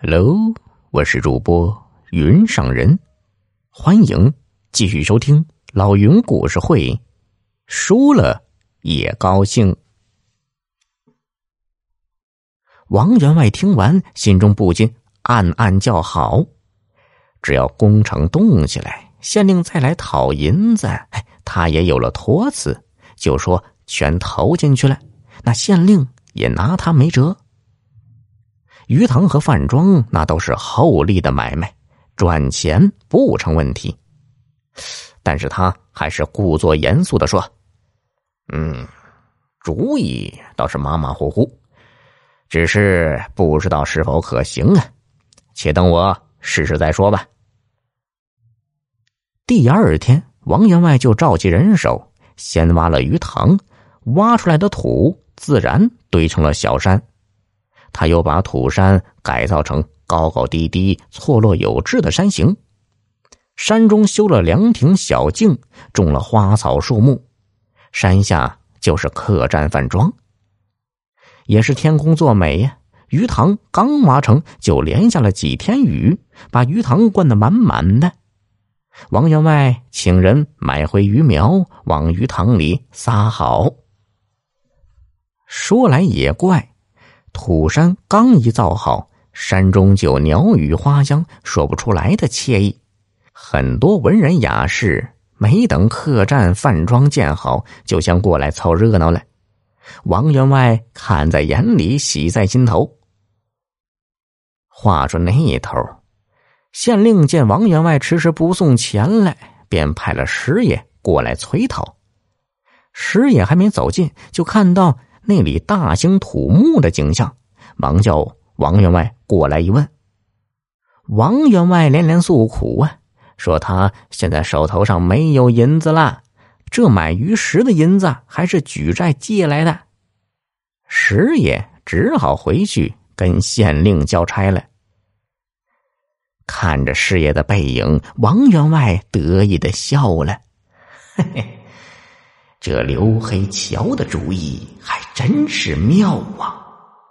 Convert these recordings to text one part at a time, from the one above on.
Hello， 我是主播云上人，欢迎继续收听老云故事会，输了也高兴。王员外听完，心中不禁暗暗叫好。只要工程动起来，县令再来讨银子，他也有了托词，就说全投进去了，那县令也拿他没辙。鱼塘和饭庄那都是厚利的买卖，赚钱不成问题。但是他还是故作严肃地说：主意倒是马马虎虎，只是不知道是否可行啊，且等我试试再说吧。第二天，王员外就召集人手，先挖了鱼塘，挖出来的土自然堆成了小山。他又把土山改造成高高低低、错落有致的山形，山中修了2亭小径，种了花草树木，山下就是客栈饭庄。也是天公作美呀，鱼塘刚挖成就连下了几天雨，把鱼塘灌得满满的。王员外请人买回鱼苗，往鱼塘里撒好。说来也怪，土山刚一造好，山中就鸟语花香，说不出来的惬意。很多文人雅士没等客栈饭庄建好，就想过来凑热闹了。王员外看在眼里，喜在心头。话说那一头，县令见王员外迟迟不送钱来，便派了师爷过来催讨。师爷还没走近，就看到那里大兴土木的景象，忙叫王员外过来一问。王员外连连诉苦啊，说他现在手头上没有银子了，这买鱼食的银子还是举债借来的。师爷只好回去跟县令交差了。看着师爷的背影，王员外得意的笑了，嘿嘿，这刘黑桥的主意还真是妙啊。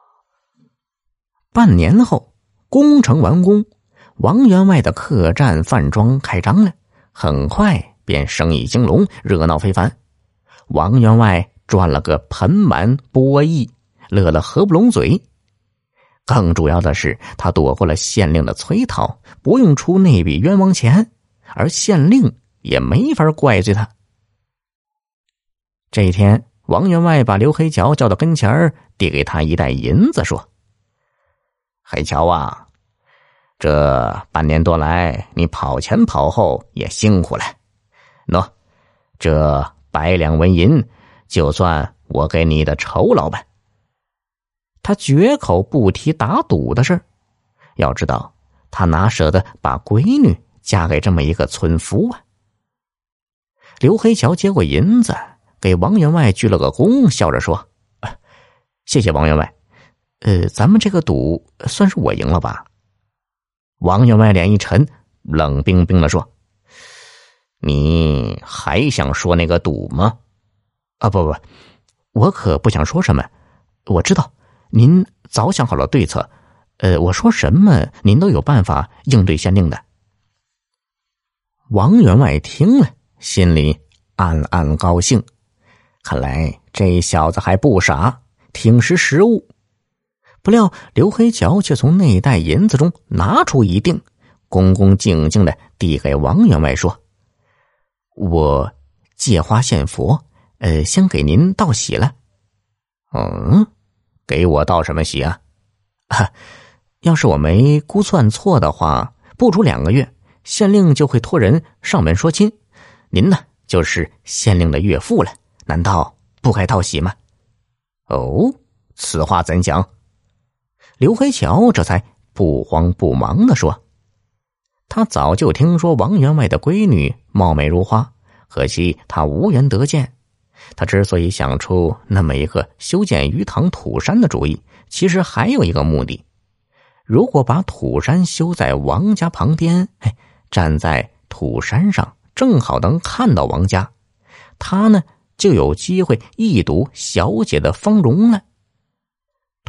半年后，工程完工，王员外的客栈饭庄开张了，很快便生意兴隆，热闹非凡。王员外赚了个盆满钵溢，乐得合不拢嘴。更主要的是，他躲过了县令的催讨，不用出那笔冤枉钱，而县令也没法怪罪他。这一天，王员外把刘黑桥叫到跟前儿，递给他一袋银子，说：黑桥啊，这半年多来你跑前跑后也辛苦了，喏，这100两纹银就算我给你的酬劳吧。他绝口不提打赌的事儿，要知道他哪舍得把闺女嫁给这么一个村夫啊。刘黑桥接过银子，给王员外鞠了个躬，笑着说：谢谢王员外，咱们这个赌算是我赢了吧？王员外脸一沉，冷冰冰地说：你还想说那个赌吗？不，我可不想说什么，我知道您早想好了对策，我说什么您都有办法应对县令的。王员外听了，心里暗暗高兴，看来这小子还不傻，挺识时务。不料刘黑桥却从那袋银子中拿出一锭，恭恭敬敬地递给王员外说：我借花献佛，先给您道喜了。给我道什么喜啊？要是我没估算错的话，不出2个月，县令就会托人上门说亲，您呢就是县令的岳父了，难道不该道喜吗？此话怎讲？刘黑桥这才不慌不忙地说：他早就听说王员外的闺女貌美如花，可惜他无缘得见。他之所以想出那么一个修建鱼塘土山的主意，其实还有一个目的。如果把土山修在王家旁边，站在土山上正好能看到王家，他呢就有机会一睹小姐的芳容了。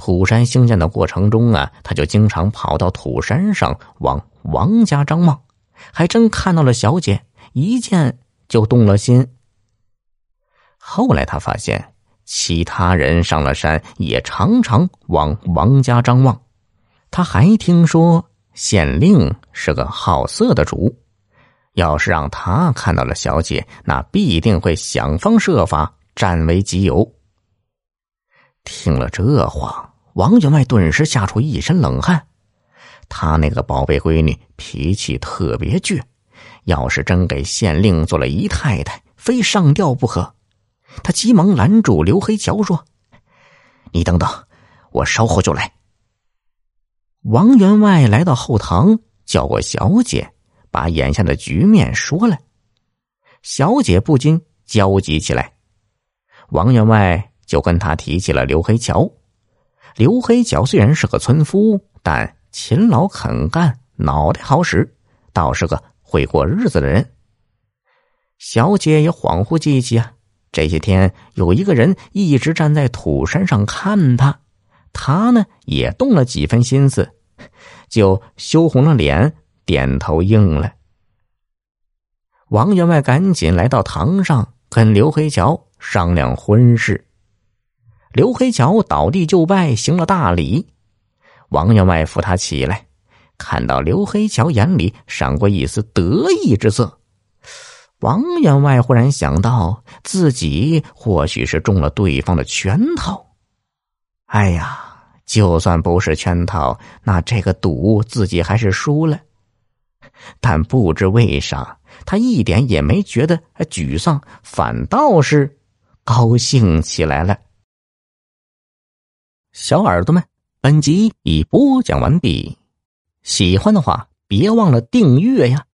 土山兴建的过程中啊，他就经常跑到土山上往王家张望，还真看到了小姐，一见就动了心。后来他发现其他人上了山也常常往王家张望，他还听说县令是个好色的主，要是让他看到了小姐，那必定会想方设法占为己有。听了这话，王员外顿时吓出一身冷汗。他那个宝贝闺女脾气特别倔，要是真给县令做了姨太太，非上吊不可。他急忙拦住刘黑桥说：“你等等，我稍后就来。”王员外来到后堂，叫过小姐，把眼下的局面说了。小姐不禁焦急起来。王员外就跟他提起了刘黑桥。刘黑桥虽然是个村夫，但勤劳肯干，脑袋好使，倒是个会过日子的人。小姐也恍惚记起啊，这些天有一个人一直站在土山上看他，他呢也动了几分心思，就羞红了脸，点头应了。王员外赶紧来到堂上，跟刘黑桥商量婚事。刘黑桥倒地就拜，行了大礼。王员外扶他起来，看到刘黑桥眼里闪过一丝得意之色。王员外忽然想到自己或许是中了对方的圈套。哎呀，就算不是圈套，那这个赌自己还是输了。但不知为啥，他一点也没觉得沮丧，反倒是高兴起来了。小耳朵们，本集已播讲完毕，喜欢的话别忘了订阅呀。